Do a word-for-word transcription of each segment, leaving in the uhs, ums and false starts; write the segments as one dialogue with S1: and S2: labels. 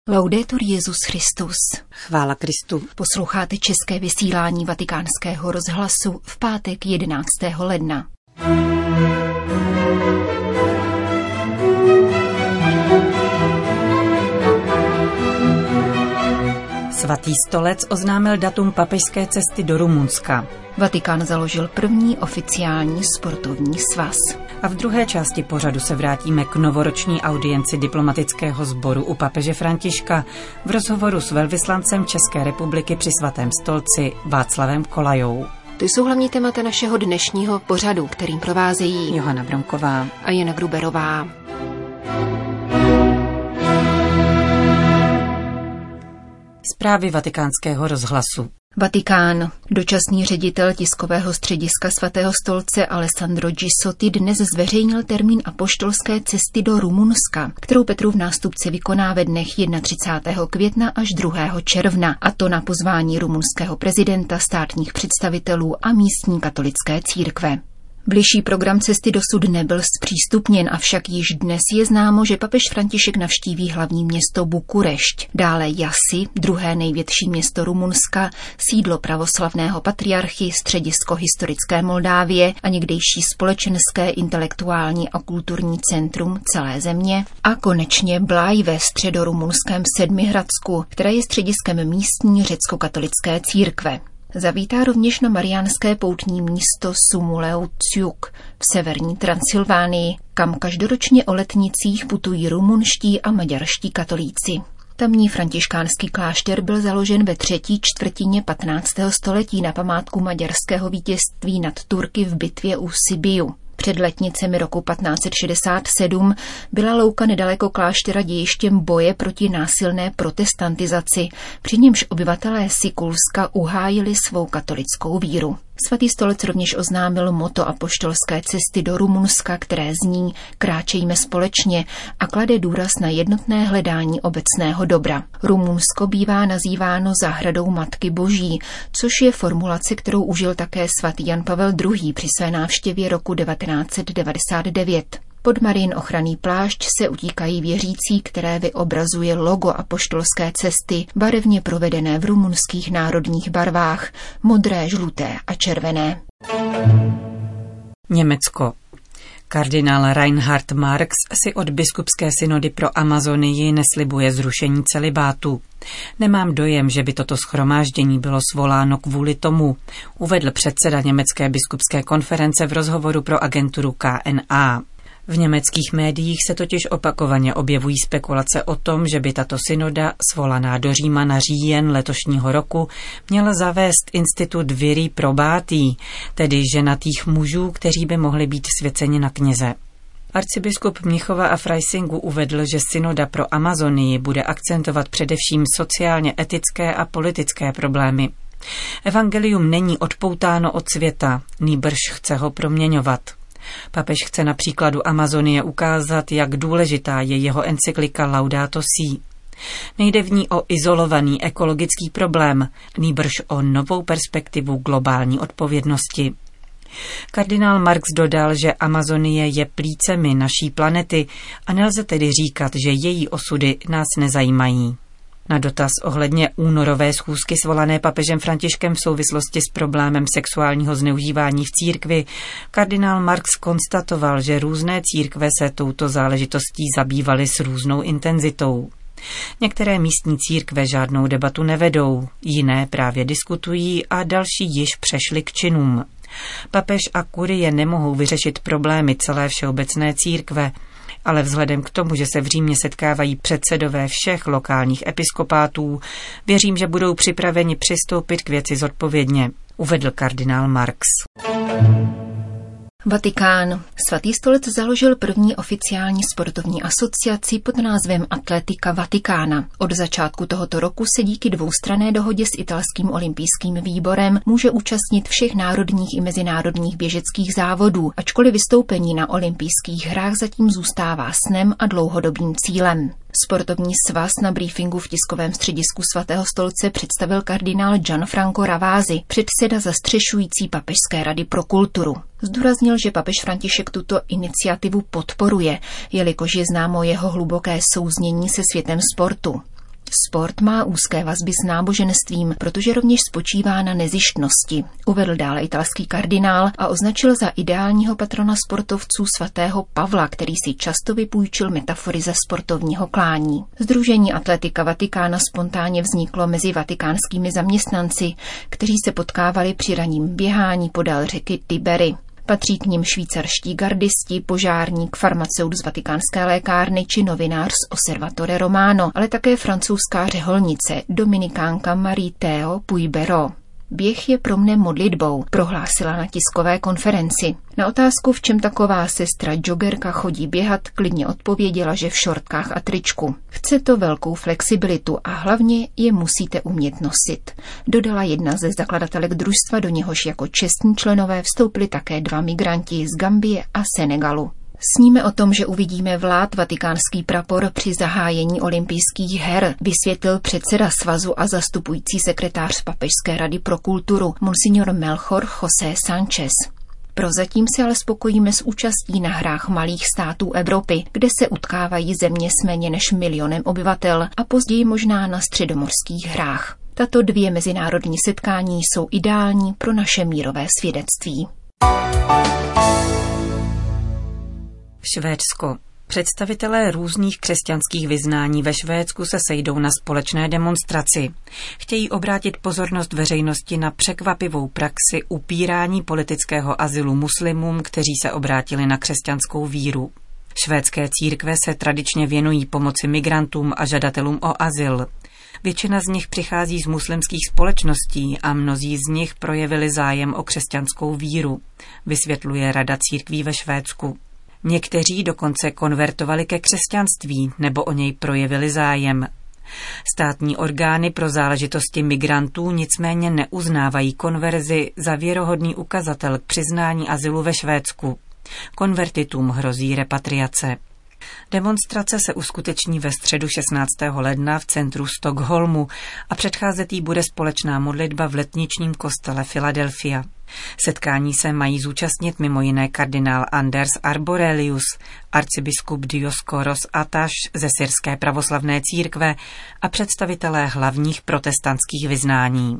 S1: Laudetur Jesus Christus.
S2: Chvála Kristu.
S1: Posloucháte české vysílání Vatikánského rozhlasu v pátek jedenáctého ledna.
S2: Svatý stolec oznámil datum papežské cesty do Rumunska.
S1: Vatikán založil první oficiální sportovní svaz.
S2: A v druhé části pořadu se vrátíme k novoroční audienci diplomatického sboru u papeže Františka v rozhovoru s velvyslancem České republiky při Svatém stolci Václavem Kolajou.
S1: To jsou hlavní témata našeho dnešního pořadu, kterým provázejí
S2: Johana Bronková
S1: a Jana Gruberová.
S2: Zprávy Vatikánského rozhlasu.
S1: Vatikán. Dočasný ředitel tiskového střediska Svatého stolce Alessandro Gissotti dnes zveřejnil termín apoštolské cesty do Rumunska, kterou Petrův nástupce vykoná ve dnech třicátého prvního května až druhého června, a to na pozvání rumunského prezidenta, státních představitelů a místní katolické církve. Bližší program cesty dosud nebyl zpřístupněn, avšak již dnes je známo, že papež František navštíví hlavní město Bukurešť, dále Jasy, druhé největší město Rumunska, sídlo pravoslavného patriarchy, středisko historické Moldávie a někdejší společenské, intelektuální a kulturní centrum celé země, a konečně Blaj ve středorumunském Sedmihradsku, které je střediskem místní řecko-katolické církve. Zavítá rovněž na mariánské poutní místo Sumuleu-Ciuc v severní Transylvánii, kam každoročně o letnicích putují rumunští a maďarští katolíci. Tamní františkánský klášter byl založen ve třetí čtvrtině patnáctého století na památku maďarského vítězství nad Turky v bitvě u Sibiu. Před letnicemi roku patnáct set šedesát sedm byla louka nedaleko kláštera dějištěm boje proti násilné protestantizaci, při němž obyvatelé Sikulska uhájili svou katolickou víru. Svatý stolec rovněž oznámil motto apoštolské cesty do Rumunska, které zní "Kráčejme společně" a klade důraz na jednotné hledání obecného dobra. Rumunsko bývá nazýváno zahradou Matky Boží, což je formulace, kterou užil také svatý Jan Pavel druhý. při své návštěvě roku devatenáct set devadesát devět. Pod Marijin ochranný plášť se utíkají věřící, které vyobrazuje logo apoštolské cesty, barevně provedené v rumunských národních barvách, modré, žluté a červené.
S2: Německo. Kardinál Reinhard Marx si od biskupské synody pro Amazonii neslibuje zrušení celibátu. Nemám dojem, že by toto shromáždění bylo svoláno kvůli tomu, uvedl předseda Německé biskupské konference v rozhovoru pro agenturu K N A. V německých médiích se totiž opakovaně objevují spekulace o tom, že by tato synoda, svolaná do Říma na říjen letošního roku, měla zavést institut viri probati, tedy ženatých mužů, kteří by mohli být svěceni na kněze. Arcibiskup Mnichova a Freisingu uvedl, že synoda pro Amazonii bude akcentovat především sociálně etické a politické problémy. Evangelium není odpoutáno od světa, nýbrž chce ho proměňovat. Papež chce na příkladu Amazonie ukázat, jak důležitá je jeho encyklika Laudato Si. Nejde v ní o izolovaný ekologický problém, nýbrž o novou perspektivu globální odpovědnosti. Kardinál Marx dodal, že Amazonie je plícemi naší planety a nelze tedy říkat, že její osudy nás nezajímají. Na dotaz ohledně únorové schůzky svolané papežem Františkem v souvislosti s problémem sexuálního zneužívání v církvi, kardinál Marx konstatoval, že různé církve se touto záležitostí zabývaly s různou intenzitou. Některé místní církve žádnou debatu nevedou, jiné právě diskutují a další již přešly k činům. Papež a kurie nemohou vyřešit problémy celé všeobecné církve, ale vzhledem k tomu, že se v Římě setkávají předsedové všech lokálních episkopátů, věřím, že budou připraveni přistoupit k věci zodpovědně, uvedl kardinál Marx.
S1: Vatikán. Svatý stolec založil první oficiální sportovní asociaci pod názvem Atletika Vatikána. Od začátku tohoto roku se díky dvoustranné dohodě s italským olympijským výborem může účastnit všech národních i mezinárodních běžeckých závodů, ačkoliv vystoupení na olympijských hrách zatím zůstává snem a dlouhodobým cílem. Sportovní svaz na briefingu v tiskovém středisku Svatého stolce představil kardinál Gianfranco Ravasi, předseda zastřešující Papežské rady pro kulturu. Zdůraznil, že papež František tuto iniciativu podporuje, jelikož je známo jeho hluboké souznění se světem sportu. Sport má úzké vazby s náboženstvím, protože rovněž spočívá na nezištnosti, uvedl dále italský kardinál a označil za ideálního patrona sportovců svatého Pavla, který si často vypůjčil metafory ze sportovního klání. Sdružení Atletika Vatikána spontánně vzniklo mezi vatikánskými zaměstnanci, kteří se potkávali při ranním běhání podél řeky Tibery. Patří k nim švýcarští gardisti, požárník, farmaceut z vatikánské lékárny či novinář z Osservatore Romano, ale také francouzská řeholnice, dominikánka Marie Theo Puybero. Běh je pro mne modlitbou, prohlásila na tiskové konferenci. Na otázku, v čem taková sestra joggerka chodí běhat, klidně odpověděla, že v šortkách a tričku. Chce to velkou flexibilitu a hlavně je musíte umět nosit, dodala jedna ze zakladatelek družstva, do něhož jako čestní členové vstoupili také dva migranti z Gambie a Senegalu. Sníme o tom, že uvidíme vlád vatikánský prapor při zahájení olympijských her, vysvětlil předseda svazu a zastupující sekretář Papežské rady pro kulturu, monsignor Melchor José Sánchez. Prozatím se ale spokojíme s účastí na hrách malých států Evropy, kde se utkávají země s méně než milionem obyvatel a později možná na středomorských hrách. Tato dvě mezinárodní setkání jsou ideální pro naše mírové svědectví.
S2: Švédsko. Představitelé různých křesťanských vyznání ve Švédsku se sejdou na společné demonstraci. Chtějí obrátit pozornost veřejnosti na překvapivou praxi upírání politického azylu muslimům, kteří se obrátili na křesťanskou víru. Švédské církve se tradičně věnují pomoci migrantům a žadatelům o azyl. Většina z nich přichází z muslimských společností a mnozí z nich projevili zájem o křesťanskou víru, vysvětluje Rada církví ve Švédsku. Někteří dokonce konvertovali ke křesťanství nebo o něj projevili zájem. Státní orgány pro záležitosti migrantů nicméně neuznávají konverzi za věrohodný ukazatel k přiznání azylu ve Švédsku. Konvertitům hrozí repatriace. Demonstrace se uskuteční ve středu šestnáctého ledna v centru Stockholmu a předcházet jí bude společná modlitba v letničním kostele Philadelphia. Setkání se mají zúčastnit mimo jiné kardinál Anders Arborelius, arcibiskup Dioscoros Ataš ze syrské pravoslavné církve a představitelé hlavních protestantských vyznání.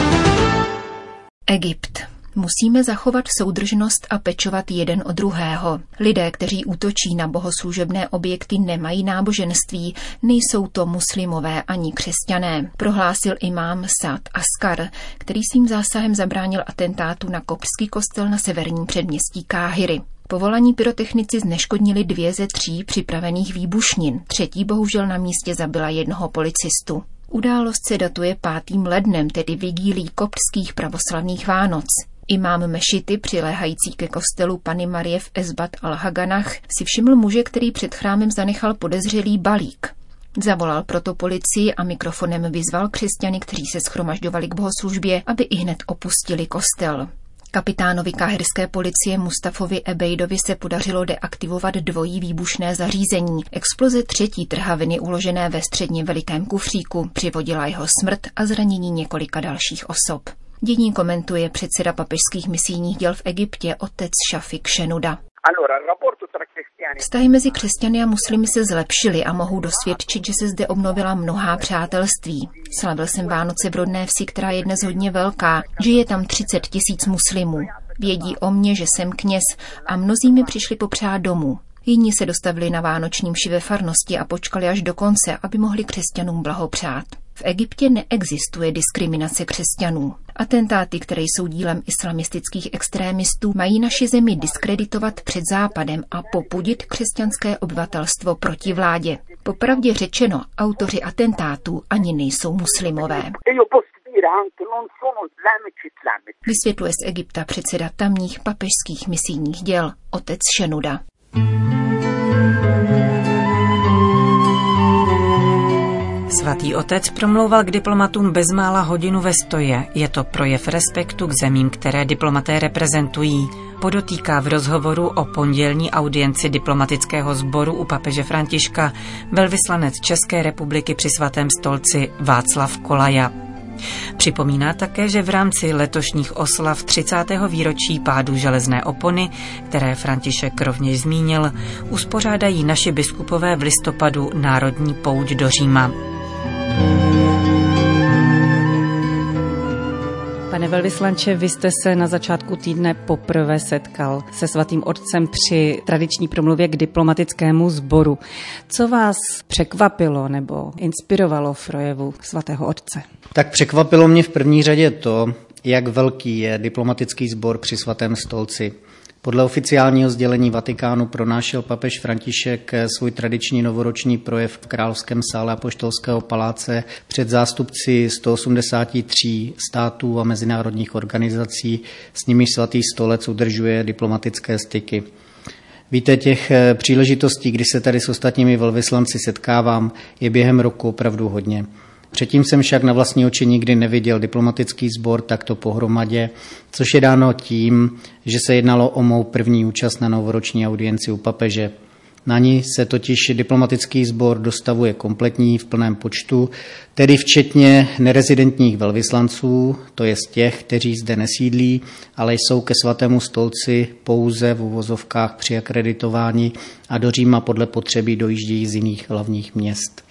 S1: Egypt. Musíme zachovat soudržnost a pečovat jeden o druhého. Lidé, kteří útočí na bohoslužebné objekty, nemají náboženství, nejsou to muslimové ani křesťané, prohlásil imám Saad Askar, který svým zásahem zabránil atentátu na koptský kostel na severním předměstí Káhiry. Povolaní pyrotechnici zneškodnili dvě ze tří připravených výbušnin, třetí bohužel na místě zabila jednoho policistu. Událost se datuje pátým lednem, tedy vigílí koptských pravoslavných Vánoc. Imám mešity přiléhající ke kostelu Panny Marie v Esbat al-Haganach si všiml muže, který před chrámem zanechal podezřelý balík. Zavolal proto policii a mikrofonem vyzval křesťany, kteří se shromažďovali k bohoslužbě, aby ihned opustili kostel. Kapitánovi káhirské policie Mustafovi Ebejdovi se podařilo deaktivovat dvojí výbušné zařízení. Exploze třetí trhaviny uložené ve středně velikém kufříku přivodila jeho smrt a zranění několika dalších osob. Dění komentuje předseda papežských misijních děl v Egyptě otec Šafik Šenuda. Vztahy mezi křesťany a muslimy se zlepšily a mohu dosvědčit, že se zde obnovila mnohá přátelství. Slavil jsem Vánoce v rodné vsi, která je dnes hodně velká. Žije tam třicet tisíc muslimů. Vědí o mně, že jsem kněz a mnozí mi přišli popřát domů. Jiní se dostavili na vánoční mši ve farnosti a počkali až do konce, aby mohli křesťanům blahopřát. V Egyptě neexistuje diskriminace křesťanů. Atentáty, které jsou dílem islamistických extrémistů, mají naši zemi diskreditovat před Západem a popudit křesťanské obyvatelstvo proti vládě. Popravdě řečeno, autoři atentátů ani nejsou muslimové. Vysvětluje z Egypta předseda tamních papežských misijních děl otec Šenuda.
S2: Svatý otec promlouval k diplomatům bezmála hodinu ve stoje. Je to projev respektu k zemím, které diplomaté reprezentují. Podotýká v rozhovoru o pondělní audienci diplomatického sboru u papeže Františka velvyslanec České republiky při Svatém stolci Václav Kolaja. Připomíná také, že v rámci letošních oslav třicátého výročí pádu železné opony, které František rovněž zmínil, uspořádají naši biskupové v listopadu národní pouť do Říma. Pane velvyslanče, vy jste se na začátku týdne poprvé setkal se svatým otcem při tradiční promluvě k diplomatickému sboru. Co vás překvapilo nebo inspirovalo v projevu svatého otce?
S3: Tak překvapilo mě v první řadě to, jak velký je diplomatický sbor při svatém stolci. Podle oficiálního sdělení Vatikánu pronášel papež František svůj tradiční novoroční projev v Královském sále Apoštolského paláce před zástupci sto osmdesáti tří států a mezinárodních organizací, s nimiž svatý stolec udržuje diplomatické styky. Víte, těch příležitostí, kdy se tady s ostatními velvyslanci setkávám, je během roku opravdu hodně. Předtím jsem však na vlastní oči nikdy neviděl diplomatický sbor takto pohromadě, což je dáno tím, že se jednalo o mou první účast na novoroční audienci u papeže. Na ní se totiž diplomatický sbor dostavuje kompletní v plném počtu, tedy včetně nerezidentních velvyslanců, to je z těch, kteří zde nesídlí, ale jsou ke svatému stolci pouze v uvozovkách přiakreditováni a do Říma podle potřeby dojíždějí z jiných hlavních měst.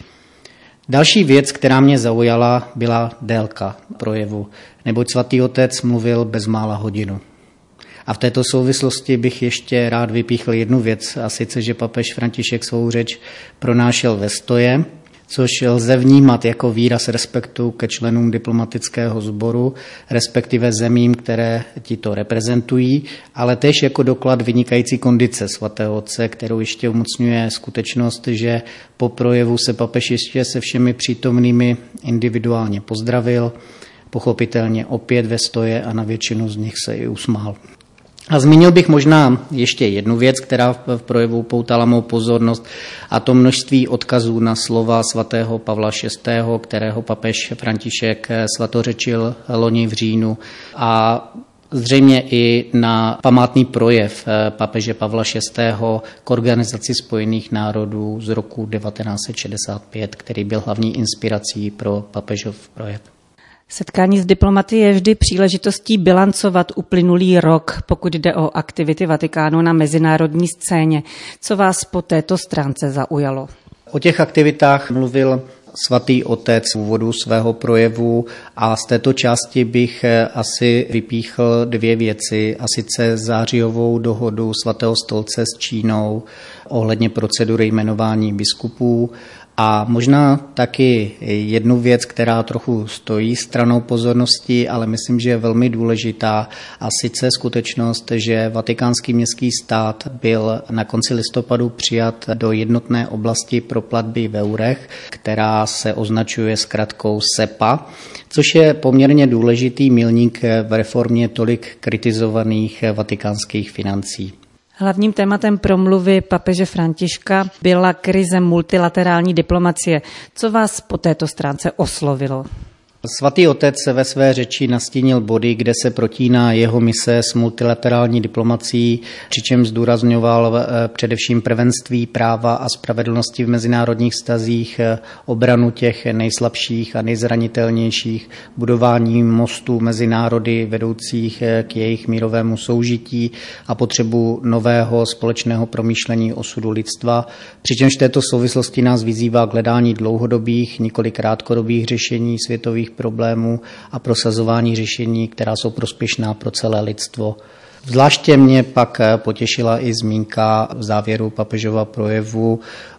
S3: Další věc, která mě zaujala, byla délka projevu, neboť svatý otec mluvil bezmála hodinu. A v této souvislosti bych ještě rád vypíchl jednu věc, a sice, že papež František svou řeč pronášel ve stoje, což lze vnímat jako výraz respektu ke členům diplomatického sboru, respektive zemím, které tito reprezentují, ale též jako doklad vynikající kondice svatého otce, kterou ještě umocňuje skutečnost, že po projevu se papež ještě se všemi přítomnými individuálně pozdravil, pochopitelně opět ve stoje a na většinu z nich se i usmál. A zmínil bych možná ještě jednu věc, která v projevu poutala mou pozornost, a to množství odkazů na slova svatého Pavla šestého., kterého papež František svatořečil loni v říjnu, a zřejmě i na památný projev papeže Pavla šestého. K Organizaci spojených národů z roku devatenáct set šedesát pět, který byl hlavní inspirací pro papežův projev.
S2: Setkání s diplomaty je vždy příležitostí bilancovat uplynulý rok, pokud jde o aktivity Vatikánu na mezinárodní scéně. Co vás po této stránce zaujalo?
S3: O těch aktivitách mluvil svatý otec v úvodu svého projevu a z této části bych asi vypíchl dvě věci, a sice zářijovou dohodu svatého stolce s Čínou ohledně procedury jmenování biskupů a možná taky jednu věc, která trochu stojí stranou pozornosti, ale myslím, že je velmi důležitá, a sice skutečnost, že Vatikánský městský stát byl na konci listopadu přijat do jednotné oblasti pro platby v eurech, která se označuje zkratkou SEPA, což je poměrně důležitý milník v reformě tolik kritizovaných vatikánských financí.
S2: Hlavním tématem promluvy papeže Františka byla krize multilaterální diplomacie. Co vás po této stránce oslovilo?
S3: Svatý otec se ve své řeči nastínil body, kde se protíná jeho mise s multilaterální diplomacií, přičemž zdůrazňoval především prvenství práva a spravedlnosti v mezinárodních vztazích, obranu těch nejslabších a nejzranitelnějších, budování mostů mezi národy vedoucích k jejich mírovému soužití a potřebu nového společného promýšlení osudu lidstva, přičemž v této souvislosti nás vyzývá k hledání dlouhodobých, nikoli krátkodobých řešení světových problémů a prosazování řešení, která jsou prospěšná pro celé lidstvo. Zvláště mě pak potěšila i zmínka v závěru papežova projevu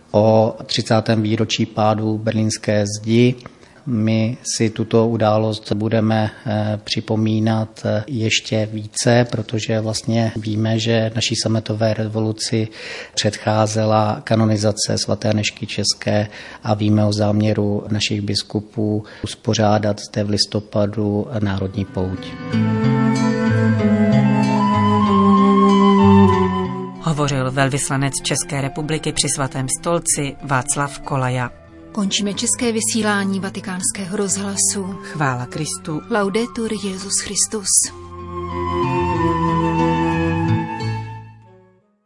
S3: o třicátém výročí pádu berlínské zdi. My si tuto událost budeme připomínat ještě více, protože vlastně víme, že naší sametové revoluci předcházela kanonizace svaté Anežky České a víme o záměru našich biskupů uspořádat zde v listopadu národní pouť.
S2: Hovořil velvyslanec České republiky při svatém stolci Václav Kolaja.
S1: Končíme české vysílání Vatikánského rozhlasu.
S2: Chvála Kristu.
S1: Laudetur Jesus Christus.